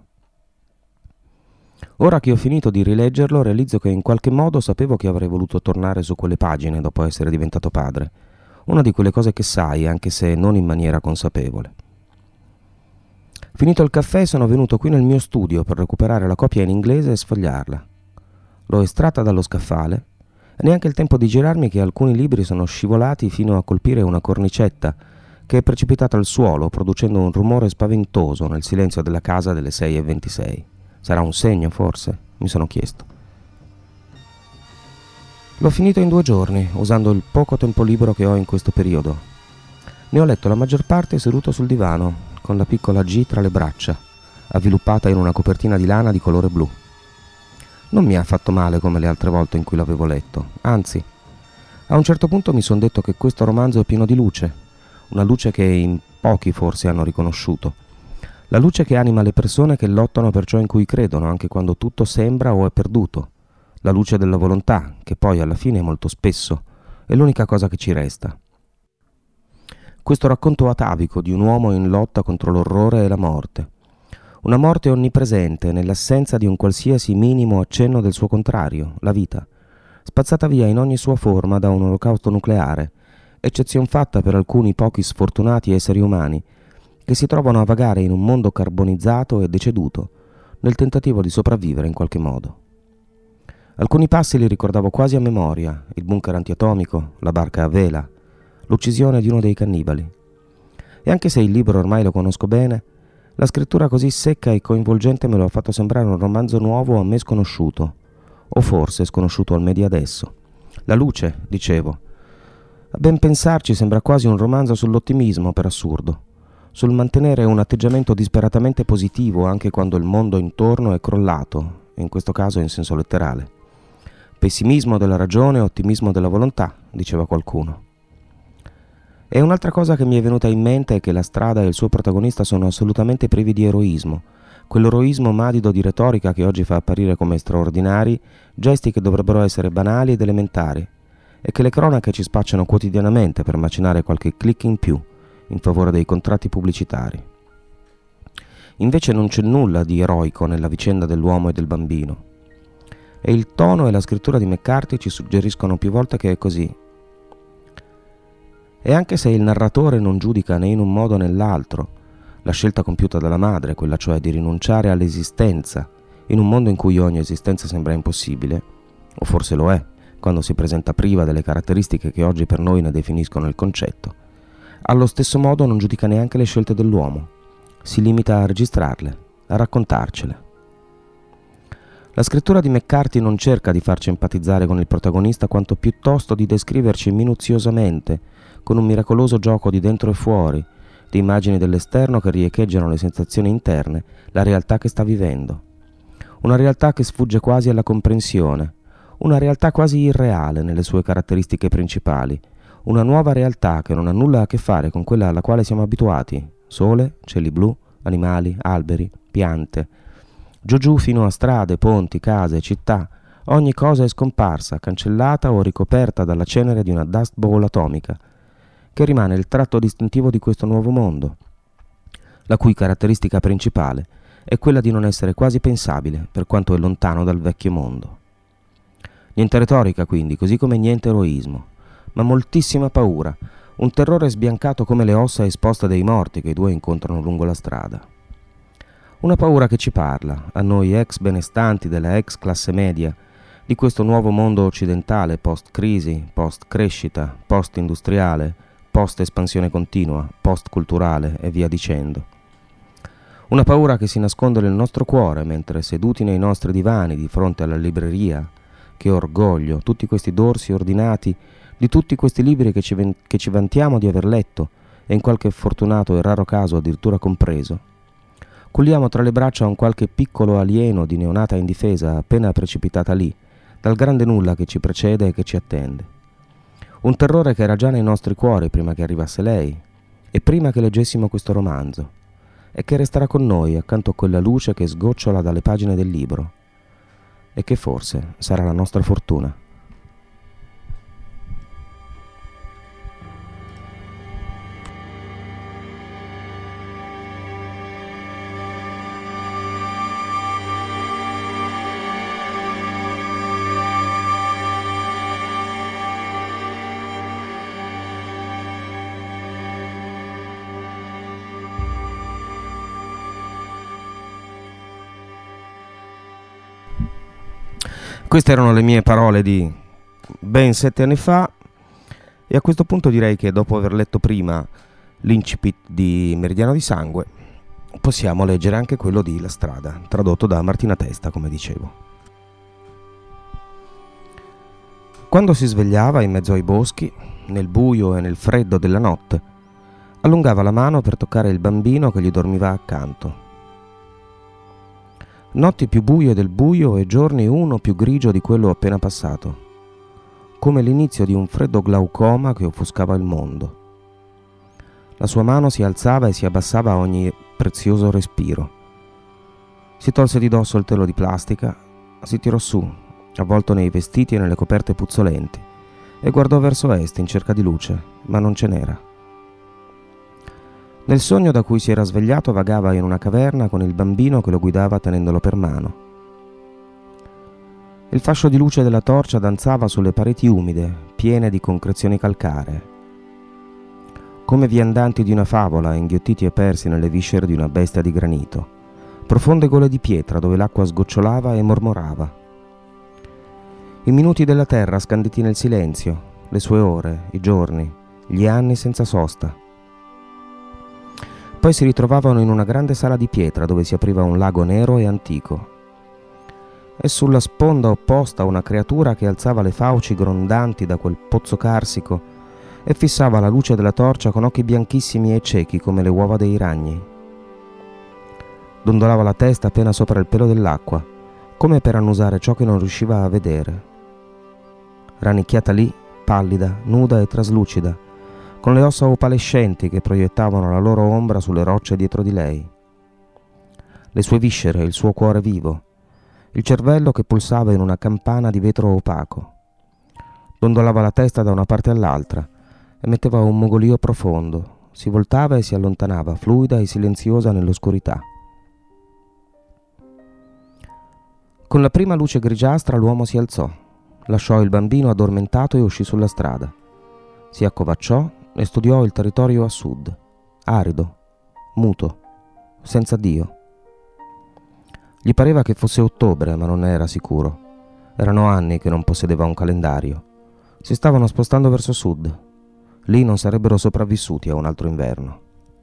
Ora che ho finito di rileggerlo, realizzo che in qualche modo sapevo che avrei voluto tornare su quelle pagine dopo essere diventato padre. Una di quelle cose che sai, anche se non in maniera consapevole. Finito il caffè, sono venuto qui nel mio studio per recuperare la copia in inglese e sfogliarla. L'ho estratta dallo scaffale e neanche il tempo di girarmi che alcuni libri sono scivolati fino a colpire una cornicetta che è precipitata al suolo, producendo un rumore spaventoso nel silenzio della casa delle 6:26. Sarà un segno, forse? Mi sono chiesto. L'ho finito in 2 giorni, usando il poco tempo libero che ho in questo periodo. Ne ho letto la maggior parte seduto sul divano, con la piccola G tra le braccia, avviluppata in una copertina di lana di colore blu. Non mi ha fatto male come le altre volte in cui l'avevo letto, anzi, a un certo punto mi sono detto che questo romanzo è pieno di luce, una luce che in pochi forse hanno riconosciuto. La luce che anima le persone che lottano per ciò in cui credono, anche quando tutto sembra o è perduto. La luce della volontà, che poi alla fine molto spesso è l'unica cosa che ci resta. Questo racconto atavico di un uomo in lotta contro l'orrore e la morte. Una morte onnipresente nell'assenza di un qualsiasi minimo accenno del suo contrario, la vita, spazzata via in ogni sua forma da un olocausto nucleare, eccezion fatta per alcuni pochi sfortunati esseri umani che si trovano a vagare in un mondo carbonizzato e deceduto, nel tentativo di sopravvivere in qualche modo. Alcuni passi li ricordavo quasi a memoria, il bunker antiatomico, la barca a vela, l'uccisione di uno dei cannibali. E anche se il libro ormai lo conosco bene, la scrittura così secca e coinvolgente me lo ha fatto sembrare un romanzo nuovo a me sconosciuto, o forse sconosciuto al me di adesso. La luce, dicevo. A ben pensarci sembra quasi un romanzo sull'ottimismo, per assurdo, sul mantenere un atteggiamento disperatamente positivo anche quando il mondo intorno è crollato, in questo caso in senso letterale. Pessimismo della ragione, ottimismo della volontà, diceva qualcuno. E un'altra cosa che mi è venuta in mente è che la strada e il suo protagonista sono assolutamente privi di eroismo, quell'eroismo madido di retorica che oggi fa apparire come straordinari gesti che dovrebbero essere banali ed elementari, e che le cronache ci spacciano quotidianamente per macinare qualche click in più in favore dei contratti pubblicitari. Invece non c'è nulla di eroico nella vicenda dell'uomo e del bambino, e il tono e la scrittura di McCarthy ci suggeriscono più volte che è così. E anche se il narratore non giudica né in un modo né nell'altro la scelta compiuta dalla madre, quella cioè di rinunciare all'esistenza in un mondo in cui ogni esistenza sembra impossibile, o forse lo è, quando si presenta priva delle caratteristiche che oggi per noi ne definiscono il concetto, allo stesso modo non giudica neanche le scelte dell'uomo, si limita a registrarle, a raccontarcele. La scrittura di McCarthy non cerca di farci empatizzare con il protagonista quanto piuttosto di descriverci minuziosamente, con un miracoloso gioco di dentro e fuori, di immagini dell'esterno che riecheggiano le sensazioni interne, la realtà che sta vivendo. Una realtà che sfugge quasi alla comprensione, una realtà quasi irreale nelle sue caratteristiche principali, una nuova realtà che non ha nulla a che fare con quella alla quale siamo abituati: sole, cieli blu, animali, alberi, piante. Giù fino a strade, ponti, case, città, ogni cosa è scomparsa, cancellata o ricoperta dalla cenere di una dust bowl atomica, che rimane il tratto distintivo di questo nuovo mondo, la cui caratteristica principale è quella di non essere quasi pensabile per quanto è lontano dal vecchio mondo. Niente retorica quindi, così come niente eroismo, ma moltissima paura, un terrore sbiancato come le ossa esposte dei morti che i due incontrano lungo la strada. Una paura che ci parla, a noi ex benestanti della ex classe media, di questo nuovo mondo occidentale post-crisi, post-crescita, post-industriale, post-espansione continua, post-culturale e via dicendo. Una paura che si nasconde nel nostro cuore mentre, seduti nei nostri divani di fronte alla libreria, che orgoglio, tutti questi dorsi ordinati di tutti questi libri che ci vantiamo di aver letto e in qualche fortunato e raro caso addirittura compreso, culliamo tra le braccia un qualche piccolo alieno di neonata indifesa appena precipitata lì, dal grande nulla che ci precede e che ci attende. Un terrore che era già nei nostri cuori prima che arrivasse lei e prima che leggessimo questo romanzo, e che resterà con noi accanto a quella luce che sgocciola dalle pagine del libro e che forse sarà la nostra fortuna. Queste erano le mie parole di ben 7 anni fa, e a questo punto direi che dopo aver letto prima l'incipit di Meridiano di Sangue possiamo leggere anche quello di La strada, tradotto da Martina Testa, come dicevo. Quando si svegliava in mezzo ai boschi, nel buio e nel freddo della notte, allungava la mano per toccare il bambino che gli dormiva accanto. Notti più buie del buio e giorni uno più grigio di quello appena passato, come l'inizio di un freddo glaucoma che offuscava il mondo. La sua mano si alzava e si abbassava a ogni prezioso respiro. Si tolse di dosso il telo di plastica, si tirò su, avvolto nei vestiti e nelle coperte puzzolenti, e guardò verso est in cerca di luce, ma non ce n'era. Nel sogno da cui si era svegliato vagava in una caverna con il bambino che lo guidava tenendolo per mano. Il fascio di luce della torcia danzava sulle pareti umide, piene di concrezioni calcaree, come viandanti di una favola inghiottiti e persi nelle viscere di una bestia di granito, profonde gole di pietra dove l'acqua sgocciolava e mormorava. I minuti della terra scanditi nel silenzio, le sue ore, i giorni, gli anni senza sosta. Poi si ritrovavano in una grande sala di pietra dove si apriva un lago nero e antico. E sulla sponda opposta una creatura che alzava le fauci grondanti da quel pozzo carsico e fissava la luce della torcia con occhi bianchissimi e ciechi come le uova dei ragni. Dondolava la testa appena sopra il pelo dell'acqua, come per annusare ciò che non riusciva a vedere. Rannicchiata lì, pallida, nuda e traslucida, con le ossa opalescenti che proiettavano la loro ombra sulle rocce dietro di lei. Le sue viscere, il suo cuore vivo, il cervello che pulsava in una campana di vetro opaco. Dondolava la testa da una parte all'altra e metteva un mugolio profondo, si voltava e si allontanava, fluida e silenziosa nell'oscurità. Con la prima luce grigiastra l'uomo si alzò, lasciò il bambino addormentato e uscì sulla strada. Si accovacciò e studiò il territorio a sud, arido, muto, senza Dio. Gli pareva che fosse ottobre, ma non ne era sicuro. Erano anni che non possedeva un calendario. Si stavano spostando verso sud. Lì non sarebbero sopravvissuti a un altro inverno.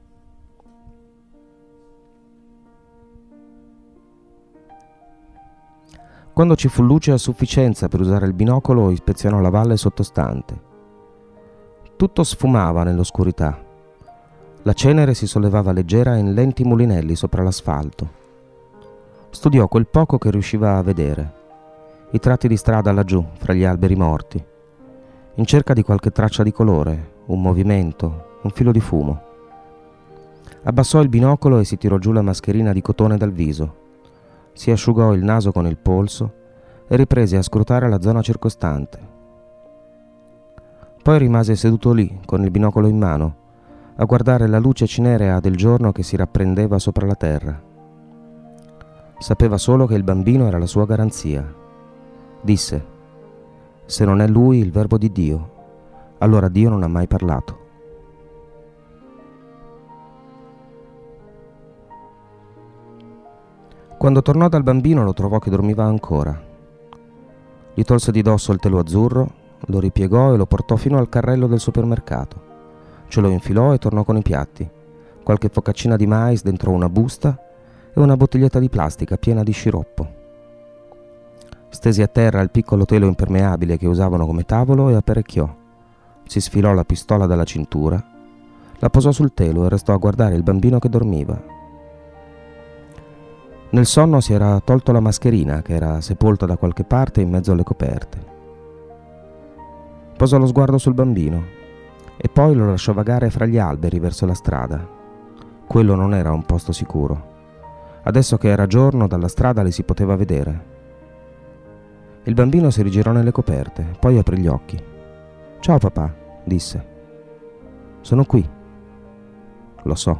Quando ci fu luce a sufficienza per usare il binocolo, ispezionò la valle sottostante. Tutto sfumava nell'oscurità. La cenere si sollevava leggera in lenti mulinelli sopra l'asfalto. Studiò quel poco che riusciva a vedere. I tratti di strada laggiù, fra gli alberi morti, in cerca di qualche traccia di colore, un movimento, un filo di fumo. Abbassò il binocolo e si tirò giù la mascherina di cotone dal viso. Si asciugò il naso con il polso e riprese a scrutare la zona circostante. Poi rimase seduto lì, con il binocolo in mano, a guardare la luce cinerea del giorno che si rapprendeva sopra la terra. Sapeva solo che il bambino era la sua garanzia. Disse: «Se non è lui il verbo di Dio, allora Dio non ha mai parlato». Quando tornò dal bambino lo trovò che dormiva ancora. Gli tolse di dosso il telo azzurro, lo ripiegò e lo portò fino al carrello del supermercato. Ce lo infilò e tornò con i piatti, qualche focaccina di mais dentro una busta e una bottiglietta di plastica piena di sciroppo. Stesi a terra il piccolo telo impermeabile che usavano come tavolo e apparecchiò. Si sfilò la pistola dalla cintura, la posò sul telo e restò a guardare il bambino che dormiva. Nel sonno si era tolto la mascherina che era sepolta da qualche parte in mezzo alle coperte. Posò lo sguardo sul bambino e poi lo lasciò vagare fra gli alberi verso la strada. Quello non era un posto sicuro. Adesso che era giorno, dalla strada li si poteva vedere. Il bambino si rigirò nelle coperte, poi aprì gli occhi. «Ciao papà», disse. «Sono qui». «Lo so».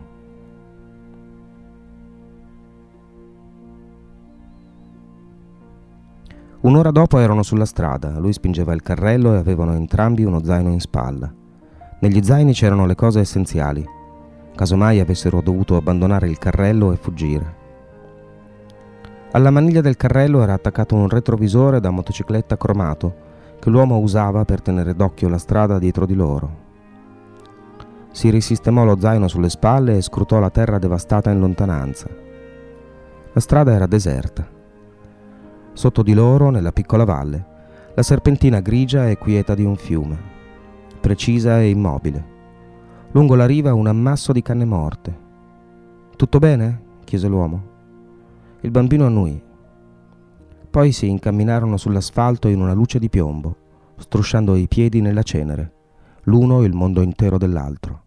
Un'ora dopo erano sulla strada, lui spingeva il carrello e avevano entrambi uno zaino in spalla. Negli zaini c'erano le cose essenziali, casomai avessero dovuto abbandonare il carrello e fuggire. Alla maniglia del carrello era attaccato un retrovisore da motocicletta cromato che l'uomo usava per tenere d'occhio la strada dietro di loro. Si risistemò lo zaino sulle spalle e scrutò la terra devastata in lontananza. La strada era deserta. Sotto di loro, nella piccola valle, la serpentina grigia e quieta di un fiume, precisa e immobile. Lungo la riva un ammasso di canne morte. «Tutto bene?» chiese l'uomo. Il bambino annui. Poi si incamminarono sull'asfalto in una luce di piombo, strusciando i piedi nella cenere, l'uno il mondo intero dell'altro.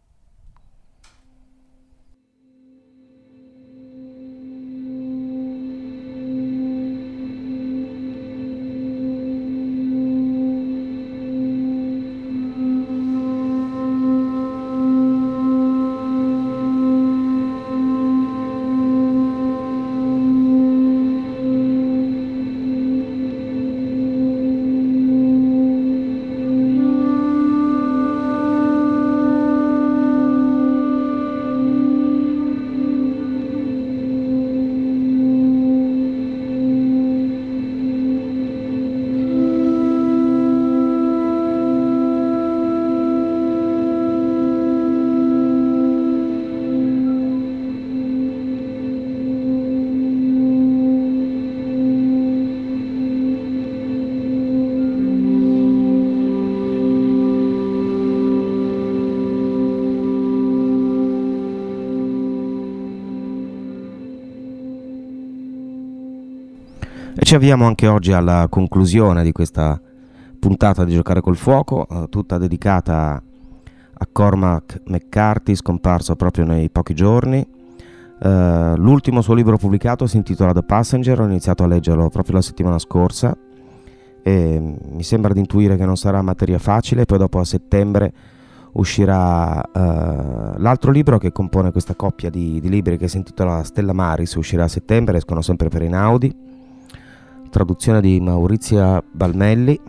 E ci avviamo anche oggi alla conclusione di questa puntata di Giocare col Fuoco, tutta dedicata a Cormac McCarthy, scomparso proprio nei pochi giorni. L'ultimo suo libro pubblicato si intitola The Passenger, ho iniziato a leggerlo proprio la settimana scorsa e mi sembra di intuire che non sarà materia facile. Poi dopo a settembre uscirà l'altro libro che compone questa coppia di libri, che si intitola Stella Maris, uscirà a settembre, escono sempre per Einaudi, traduzione di Maurizia Balmelli.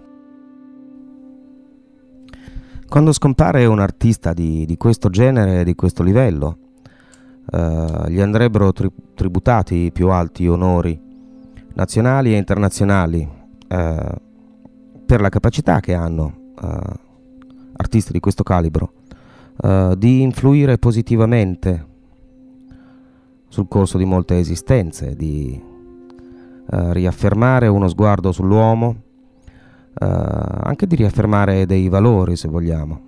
Quando scompare un artista di questo genere, di questo livello, gli andrebbero tributati i più alti onori nazionali e internazionali per la capacità che hanno artisti di questo calibro di influire positivamente sul corso di molte esistenze, di riaffermare uno sguardo sull'uomo, anche di riaffermare dei valori, se vogliamo,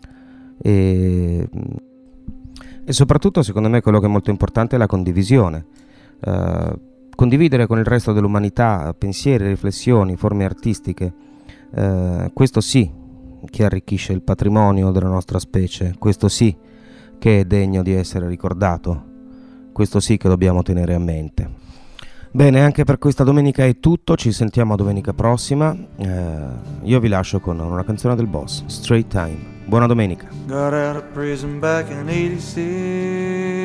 e soprattutto, secondo me, quello che è molto importante è la condivisione. Condividere con il resto dell'umanità pensieri, riflessioni, forme artistiche, questo sì che arricchisce il patrimonio della nostra specie, questo sì che è degno di essere ricordato, questo sì che dobbiamo tenere a mente. Bene, anche per questa domenica è tutto, ci sentiamo domenica prossima. Io vi lascio con una canzone del Boss, Straight Time. Buona domenica. Got out of prison back in '86.